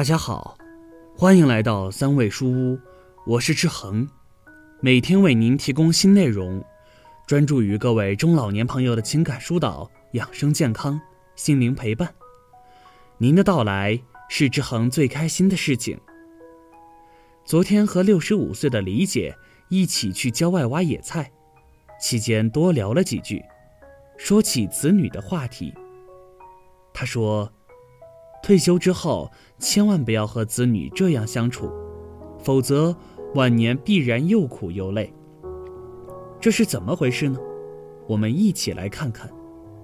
大家好，欢迎来到三味书屋，我是志恒，每天为您提供新内容，专注于各位中老年朋友的情感疏导、养生健康、心灵陪伴。您的到来是志恒最开心的事情。昨天和65岁的李姐一起去郊外挖野菜，期间多聊了几句，说起子女的话题。她说，退休之后千万不要和子女这样相处，否则晚年必然又苦又累。这是怎么回事呢？我们一起来看看。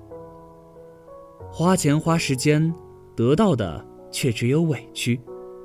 花钱花时间，得到的却只有委屈。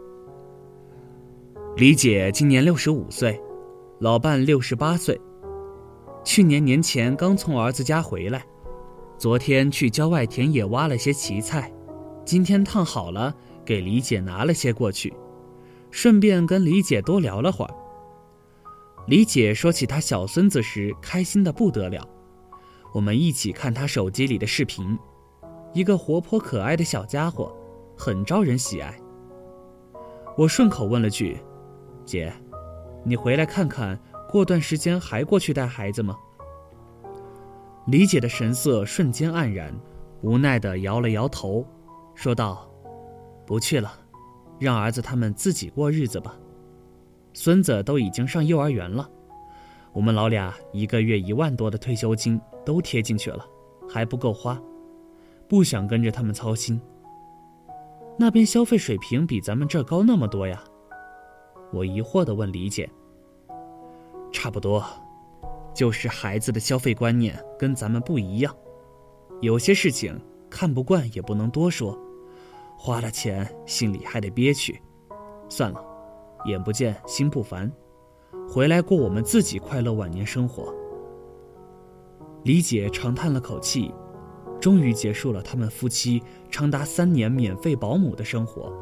李姐今年65岁，老伴68岁。去年年前刚从儿子家回来，昨天去郊外田野挖了些荠菜，今天烫好了，给李姐拿了些过去，顺便跟李姐多聊了会儿。李姐说起她小孙子时开心得不得了，我们一起看她手机里的视频，一个活泼可爱的小家伙，很招人喜爱。我顺口问了句，姐，你回来看看，过段时间还过去带孩子吗？李姐的神色瞬间黯然，无奈地摇了摇头，说道，不去了，让儿子他们自己过日子吧。孙子都已经上幼儿园了，我们老俩1个月1万多的退休金都贴进去了，还不够花，不想跟着他们操心。那边消费水平比咱们这儿高那么多呀？我疑惑地问李姐。差不多，就是孩子的消费观念跟咱们不一样，有些事情看不惯也不能多说，花了钱心里还得憋屈。算了，眼不见心不烦，回来过我们自己快乐晚年生活。李姐长叹了口气，终于结束了他们夫妻长达3年免费保姆的生活。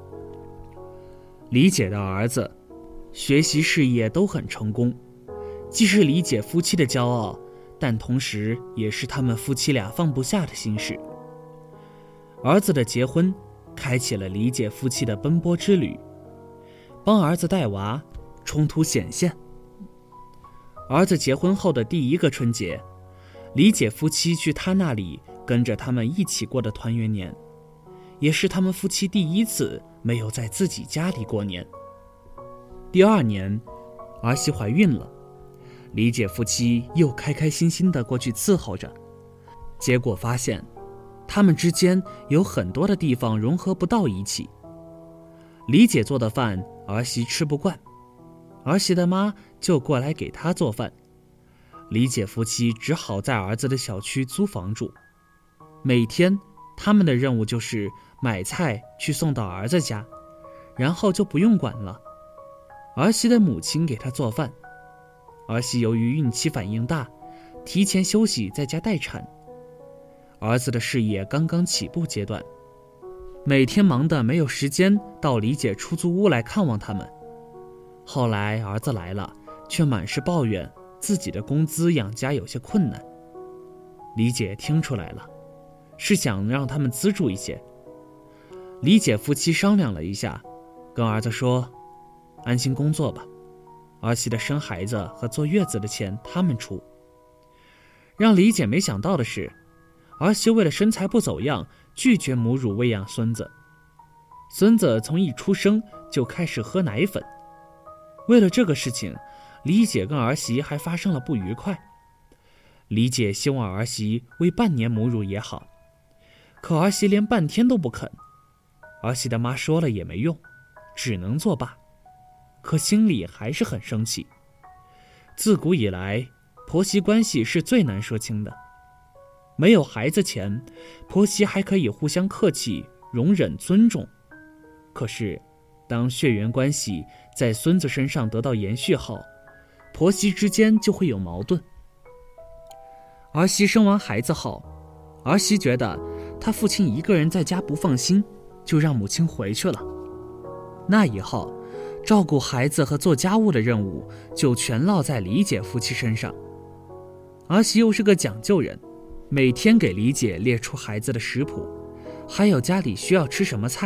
李姐的儿子学习事业都很成功，既是李姐夫妻的骄傲，但同时也是他们夫妻俩放不下的心事。儿子的结婚开启了李姐夫妻的奔波之旅，帮儿子带娃，冲突显现。儿子结婚后的第1个春节，李姐夫妻去他那里跟着他们一起过的团圆年，也是他们夫妻第1次没有在自己家里过年。第2年，儿媳怀孕了，李姐夫妻又开开心心地过去伺候着，结果发现他们之间有很多的地方融合不到一起。李姐做的饭儿媳吃不惯，儿媳的妈就过来给她做饭，李姐夫妻只好在儿子的小区租房住，每天他们的任务就是买菜去送到儿子家，然后就不用管了。儿媳的母亲给她做饭，儿媳由于孕期反应大，提前休息在家待产。儿子的事业刚刚起步阶段，每天忙得没有时间到李姐出租屋来看望他们。后来儿子来了，却满是抱怨自己的工资养家有些困难。李姐听出来了，是想让他们资助一些。李姐夫妻商量了一下，跟儿子说，安心工作吧，儿媳的生孩子和坐月子的钱他们出。让李姐没想到的是，儿媳为了身材不走样，拒绝母乳喂养孙子。孙子从一出生就开始喝奶粉。为了这个事情，李姐跟儿媳还发生了不愉快。李姐希望儿媳喂半年母乳也好，可儿媳连半天都不肯。儿媳的妈说了也没用，只能作罢，可心里还是很生气。自古以来，婆媳关系是最难说清的。没有孩子前，婆媳还可以互相客气、容忍、尊重。可是，当血缘关系在孙子身上得到延续后，婆媳之间就会有矛盾。儿媳生完孩子后，儿媳觉得她父亲一个人在家不放心，就让母亲回去了。那以后，照顾孩子和做家务的任务就全落在李姐夫妻身上。儿媳又是个讲究人，每天给李姐列出孩子的食谱，还有家里需要吃什么菜，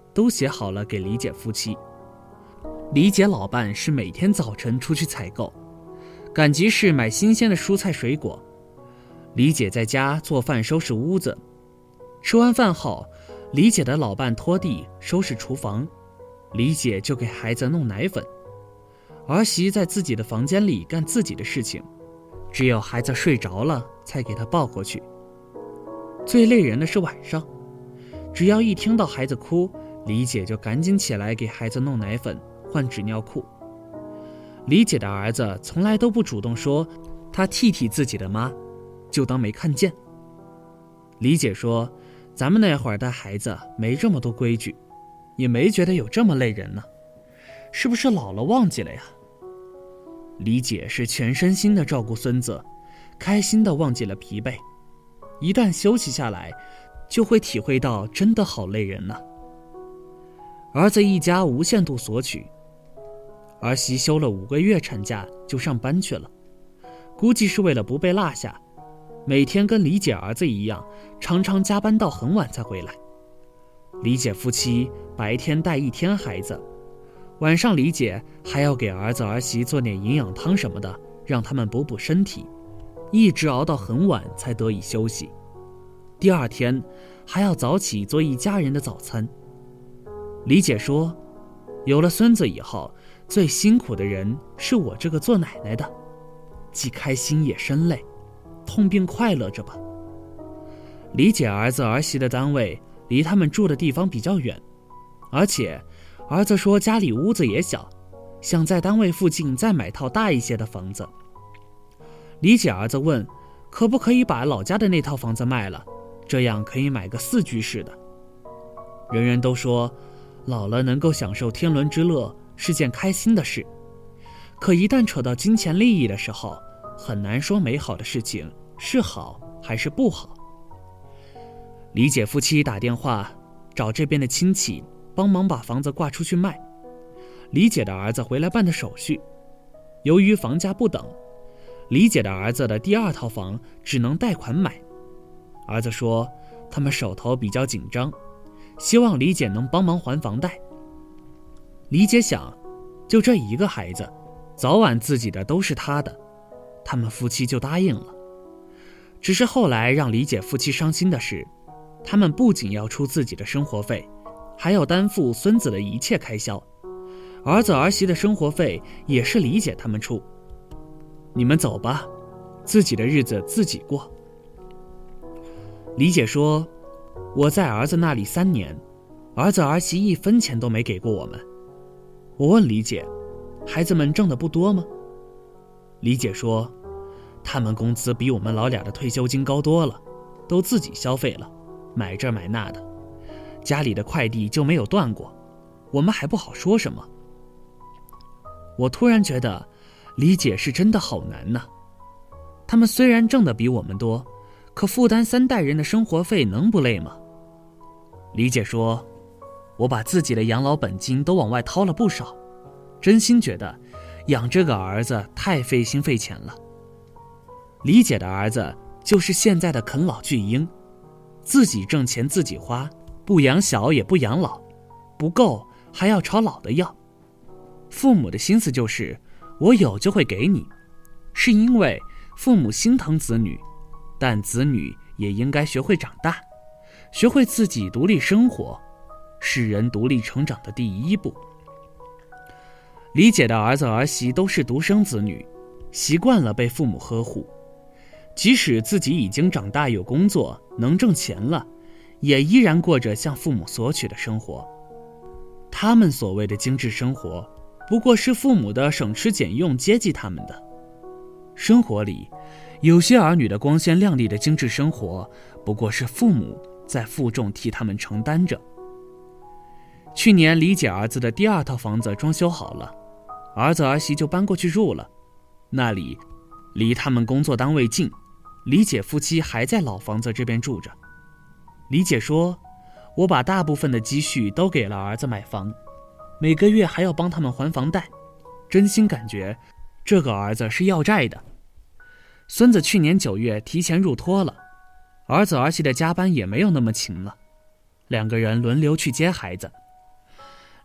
都写好了给李姐夫妻。李姐老伴是每天早晨出去采购，赶集市买新鲜的蔬菜水果，李姐在家做饭收拾屋子。吃完饭后，李姐的老伴拖地收拾厨房，李姐就给孩子弄奶粉。儿媳在自己的房间里干自己的事情，只有孩子睡着了才给他抱过去。最累人的是晚上，只要一听到孩子哭，李姐就赶紧起来给孩子弄奶粉换纸尿裤。李姐的儿子从来都不主动说他替自己的妈，就当没看见。李姐说，咱们那会儿带孩子没这么多规矩，也没觉得有这么累人呢，是不是老了忘记了呀？李姐是全身心的照顾孙子，开心的忘记了疲惫，一旦休息下来，就会体会到真的好累人呢。儿子一家无限度索取，儿媳休了5个月产假就上班去了，估计是为了不被落下，每天跟李姐儿子一样，常常加班到很晚才回来。李姐夫妻白天带1天孩子，晚上李姐还要给儿子儿媳做点营养汤什么的，让他们补补身体，一直熬到很晚才得以休息。第2天还要早起做一家人的早餐。李姐说，有了孙子以后，最辛苦的人是我这个做奶奶的，既开心也生累，痛并快乐着吧。李姐儿子儿媳的单位离他们住的地方比较远，而且儿子说家里屋子也小，想在单位附近再买套大一些的房子。李姐儿子问，可不可以把老家的那套房子卖了，这样可以买个4居室的。人人都说老了能够享受天伦之乐是件开心的事，可一旦扯到金钱利益的时候，很难说美好的事情是好还是不好。李姐夫妻打电话找这边的亲戚帮忙把房子挂出去卖，李姐的儿子回来办的手续。由于房价不等，李姐的儿子的第2套房只能贷款买。儿子说他们手头比较紧张，希望李姐能帮忙还房贷。李姐想，就这一个孩子，早晚自己的都是他的，他们夫妻就答应了。只是后来让李姐夫妻伤心的是，他们不仅要出自己的生活费，还要担负孙子的一切开销，儿子儿媳的生活费也是李姐他们出。你们走吧，自己的日子自己过。李姐说，我在儿子那里3年，儿子儿媳1分钱都没给过我们。我问李姐，孩子们挣得不多吗？李姐说，他们工资比我们老俩的退休金高多了，都自己消费了，买这买那的，家里的快递就没有断过，我们还不好说什么。我突然觉得李姐是真的好难呢。他们虽然挣得比我们多，可负担3代人的生活费能不累吗？李姐说，我把自己的养老本金都往外掏了不少，真心觉得养这个儿子太费心费钱了。李姐的儿子就是现在的啃老巨婴，自己挣钱自己花，不养小也不养老，不够还要朝老的要。父母的心思就是我有就会给你，是因为父母心疼子女，但子女也应该学会长大，学会自己独立生活，是人独立成长的第1步。李姐的儿子儿媳都是独生子女，习惯了被父母呵护，即使自己已经长大有工作能挣钱了，也依然过着向父母索取的生活。他们所谓的精致生活，不过是父母的省吃俭用接济他们的。生活里，有些儿女的光鲜亮丽的精致生活，不过是父母在负重替他们承担着。去年李姐儿子的第2套房子装修好了，儿子儿媳就搬过去住了，那里离他们工作单位近，李姐夫妻还在老房子这边住着。李姐说，我把大部分的积蓄都给了儿子买房，每个月还要帮他们还房贷，真心感觉这个儿子是要债的。孙子去年9月提前入托了，儿子儿媳的加班也没有那么勤了，2个人轮流去接孩子，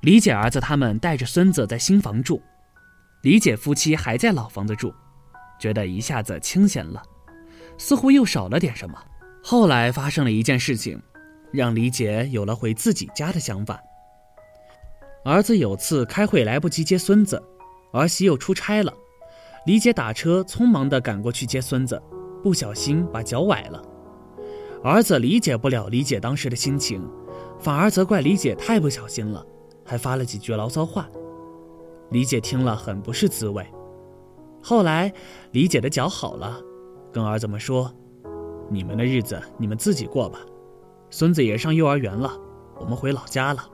李姐儿子他们带着孙子在新房住，李姐夫妻还在老房子住，觉得一下子清闲了，似乎又少了点什么。后来发生了一件事情，让李姐有了回自己家的想法。儿子有次开会来不及接孙子，儿媳又出差了，李姐打车匆忙地赶过去接孙子，不小心把脚崴了。儿子理解不了李姐当时的心情，反而责怪李姐太不小心了，还发了几句牢骚话。李姐听了很不是滋味。后来李姐的脚好了，跟儿子们说，你们的日子你们自己过吧，孙子也上幼儿园了，我们回老家了。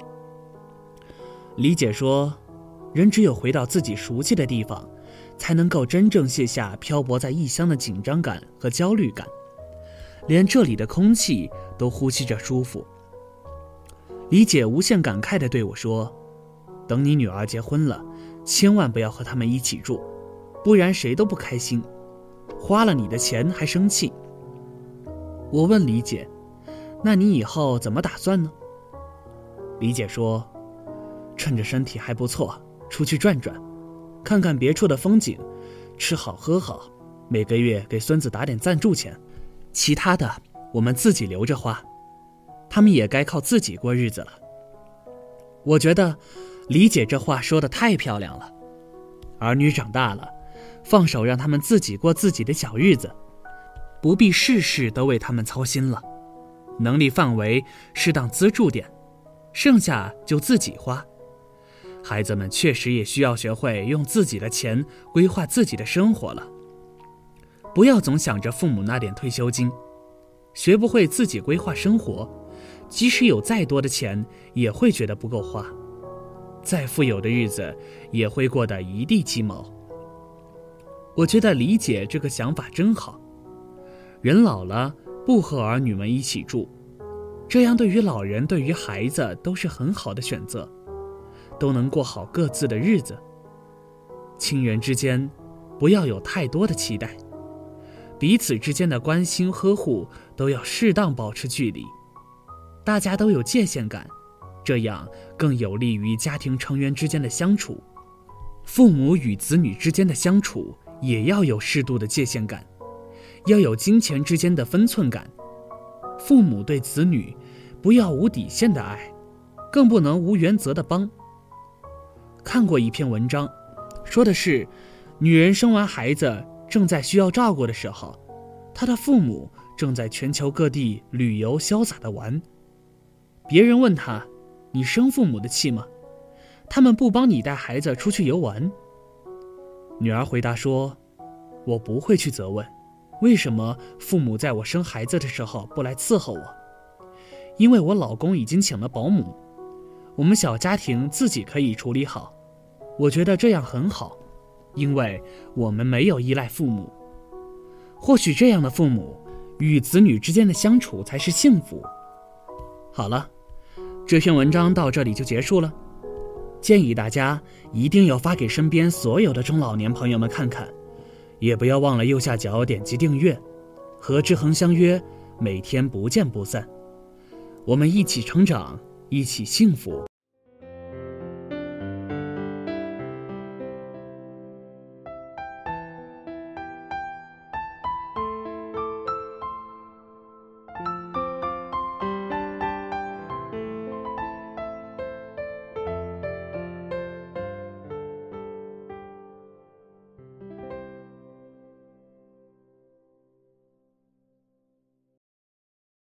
李姐说，人只有回到自己熟悉的地方，才能够真正卸下漂泊在异乡的紧张感和焦虑感，连这里的空气都呼吸着舒服。李姐无限感慨地对我说，等你女儿结婚了，千万不要和他们一起住，不然谁都不开心，花了你的钱还生气。我问李姐，那你以后怎么打算呢？李姐说，趁着身体还不错，出去转转，看看别处的风景，吃好喝好，每个月给孙子打点赞助钱，其他的我们自己留着花，他们也该靠自己过日子了。我觉得李姐这话说得太漂亮了，儿女长大了，放手让他们自己过自己的小日子，不必事事都为他们操心了，能力范围适当资助点，剩下就自己花。孩子们确实也需要学会用自己的钱规划自己的生活了，不要总想着父母那点退休金，学不会自己规划生活，即使有再多的钱也会觉得不够花，再富有的日子也会过得一地鸡毛。我觉得李姐这个想法真好，人老了不和儿女们一起住，这样对于老人对于孩子都是很好的选择，都能过好各自的日子。亲人之间不要有太多的期待，彼此之间的关心呵护都要适当保持距离，大家都有界限感，这样更有利于家庭成员之间的相处。父母与子女之间的相处也要有适度的界限感，要有金钱之间的分寸感。父母对子女不要无底线的爱，更不能无原则的帮。看过一篇文章，说的是女人生完孩子正在需要照顾的时候，她的父母正在全球各地旅游潇洒的玩。别人问她，你生父母的气吗？他们不帮你带孩子出去游玩。女儿回答说，我不会去责问，为什么父母在我生孩子的时候不来伺候我？因为我老公已经请了保姆，我们小家庭自己可以处理好，我觉得这样很好，因为我们没有依赖父母。或许这样的父母与子女之间的相处才是幸福。好了，这篇文章到这里就结束了，建议大家一定要发给身边所有的中老年朋友们看看，也不要忘了右下角点击订阅，和志恒相约，每天不见不散。我们一起成长，一起幸福。